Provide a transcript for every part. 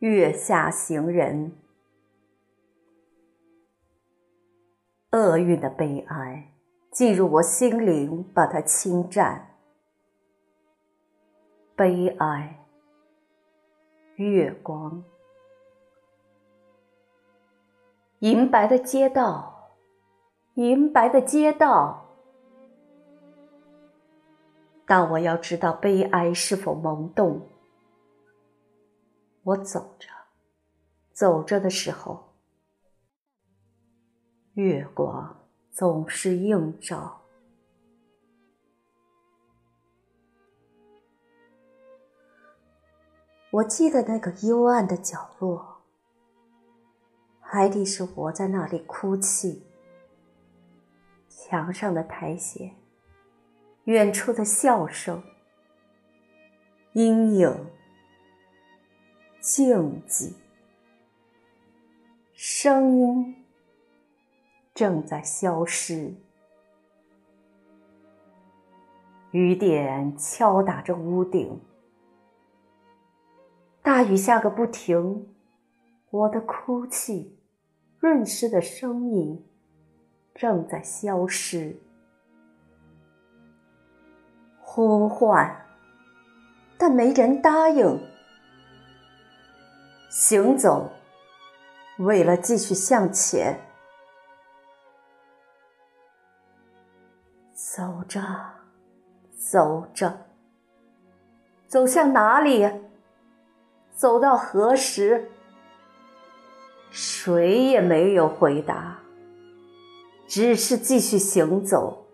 月下行人。厄运的悲哀进入我心灵，把它侵占。悲哀，月光，银白的街道，银白的街道。当我要知道悲哀是否萌动，我走着，走着的时候，月光总是映照。我记得那个幽暗的角落，海底是我在那里哭泣，墙上的苔藓，远处的笑声，阴影，静寂，声音正在消失。雨点敲打着屋顶，大雨下个不停，我的哭泣，润湿的声音正在消失。呼唤，但没人答应。行走，为了继续向前。走着，走着，走向哪里？走到何时？谁也没有回答，只是继续行走。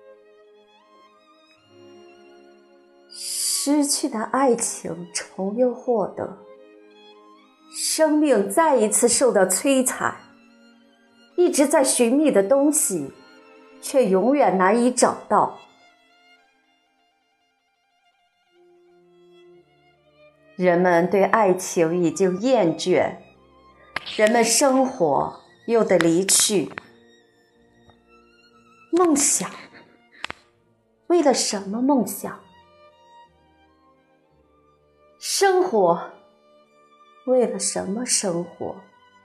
失去的爱情重又获得，生命再一次受到摧残，一直在寻觅的东西，却永远难以找到。人们对爱情已经厌倦，人们生活又得离去。梦想，为了什么梦想？生活，为了什么生活？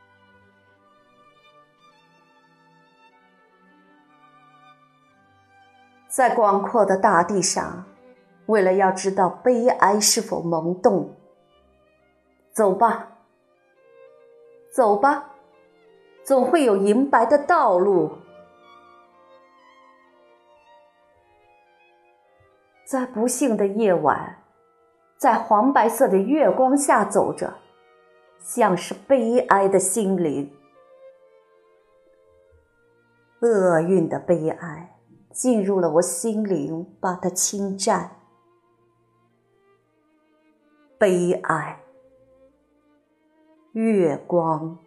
在广阔的大地上，为了要知道悲哀是否萌动，走吧，走吧，总会有银白的道路。在不幸的夜晚，在黄白色的月光下走着，像是悲哀的心灵。厄运的悲哀进入了我心灵，把它侵占。悲哀，月光。